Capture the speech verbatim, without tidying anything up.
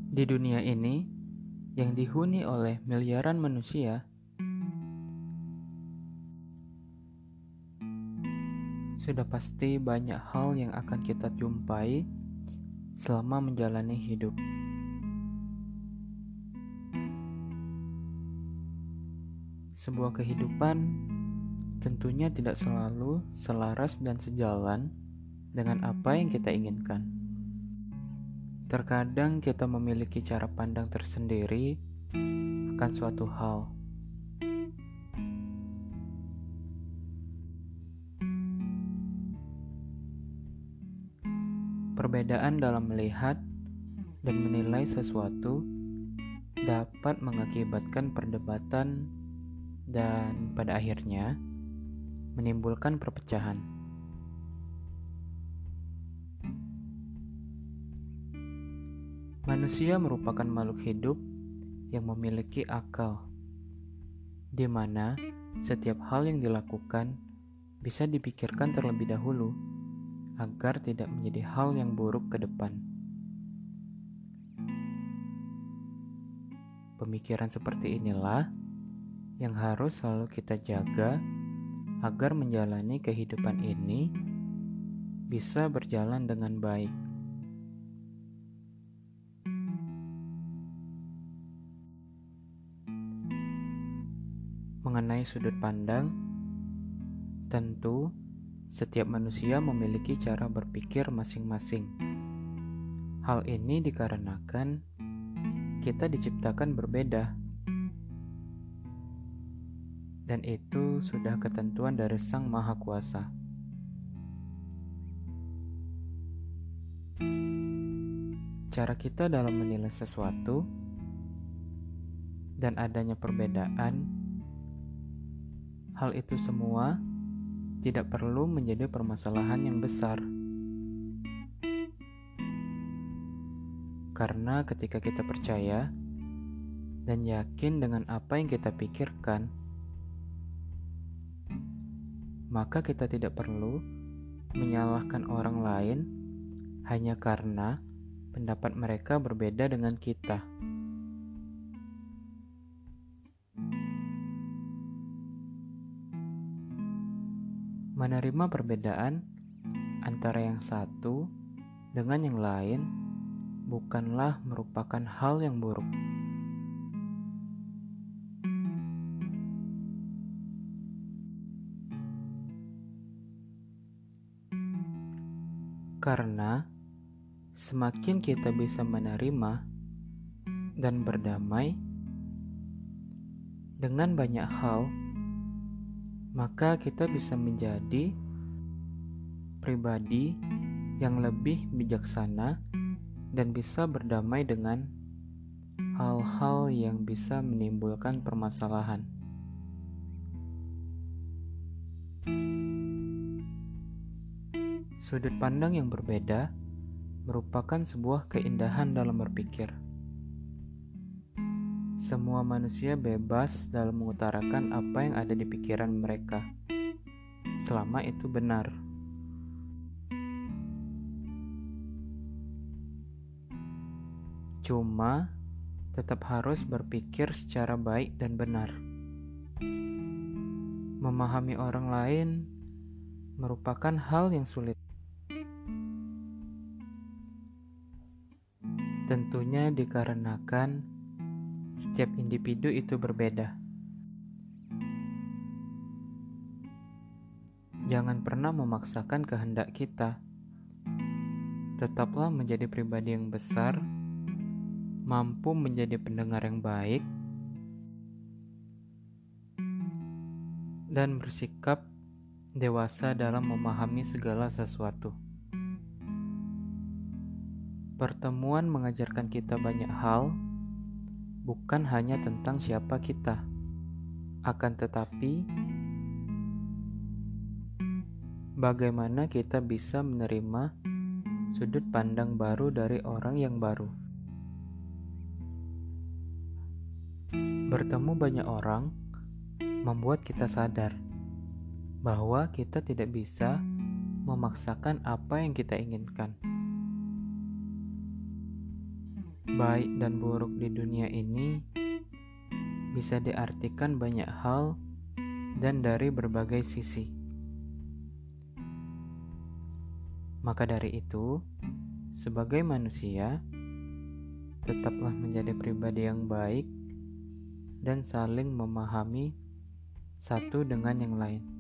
Di dunia ini yang dihuni oleh miliaran manusia, sudah pasti banyak hal yang akan kita jumpai selama menjalani hidup. Sebuah kehidupan tentunya tidak selalu selaras dan sejalan dengan apa yang kita inginkan. Terkadang kita memiliki cara pandang tersendiri akan suatu hal. Perbedaan dalam melihat dan menilai sesuatu dapat mengakibatkan perdebatan dan pada akhirnya menimbulkan perpecahan. Manusia merupakan makhluk hidup yang memiliki akal, di mana setiap hal yang dilakukan bisa dipikirkan terlebih dahulu agar tidak menjadi hal yang buruk ke depan. Pemikiran seperti inilah yang harus selalu kita jaga agar menjalani kehidupan ini bisa berjalan dengan baik. Mengenai sudut pandang, tentu setiap manusia memiliki cara berpikir masing-masing. Hal ini dikarenakan kita diciptakan berbeda, dan itu sudah ketentuan dari Sang Maha Kuasa. Cara kita dalam menilai sesuatu dan adanya perbedaan, hal itu semua tidak perlu menjadi permasalahan yang besar. Karena ketika kita percaya dan yakin dengan apa yang kita pikirkan, maka kita tidak perlu menyalahkan orang lain hanya karena pendapat mereka berbeda dengan kita. Menerima perbedaan antara yang satu dengan yang lain bukanlah merupakan hal yang buruk. Karena semakin kita bisa menerima dan berdamai dengan banyak hal, maka kita bisa menjadi pribadi yang lebih bijaksana dan bisa berdamai dengan hal-hal yang bisa menimbulkan permasalahan. Sudut pandang yang berbeda merupakan sebuah keindahan dalam berpikir. Semua manusia bebas dalam mengutarakan apa yang ada di pikiran mereka, selama itu benar. Cuma, tetap harus berpikir secara baik dan benar. Memahami orang lain merupakan hal yang sulit. Tentunya dikarenakan setiap individu itu berbeda. Jangan pernah memaksakan kehendak kita. Tetaplah menjadi pribadi yang besar, mampu menjadi pendengar yang baik, dan bersikap dewasa dalam memahami segala sesuatu. Pertemuan mengajarkan kita banyak hal, bukan hanya tentang siapa kita, akan tetapi bagaimana kita bisa menerima sudut pandang baru dari orang yang baru. Bertemu banyak orang membuat kita sadar bahwa kita tidak bisa memaksakan apa yang kita inginkan. baik dan buruk di dunia ini bisa diartikan banyak hal dan dari berbagai sisi. Maka dari itu, sebagai manusia, tetaplah menjadi pribadi yang baik dan saling memahami satu dengan yang lain.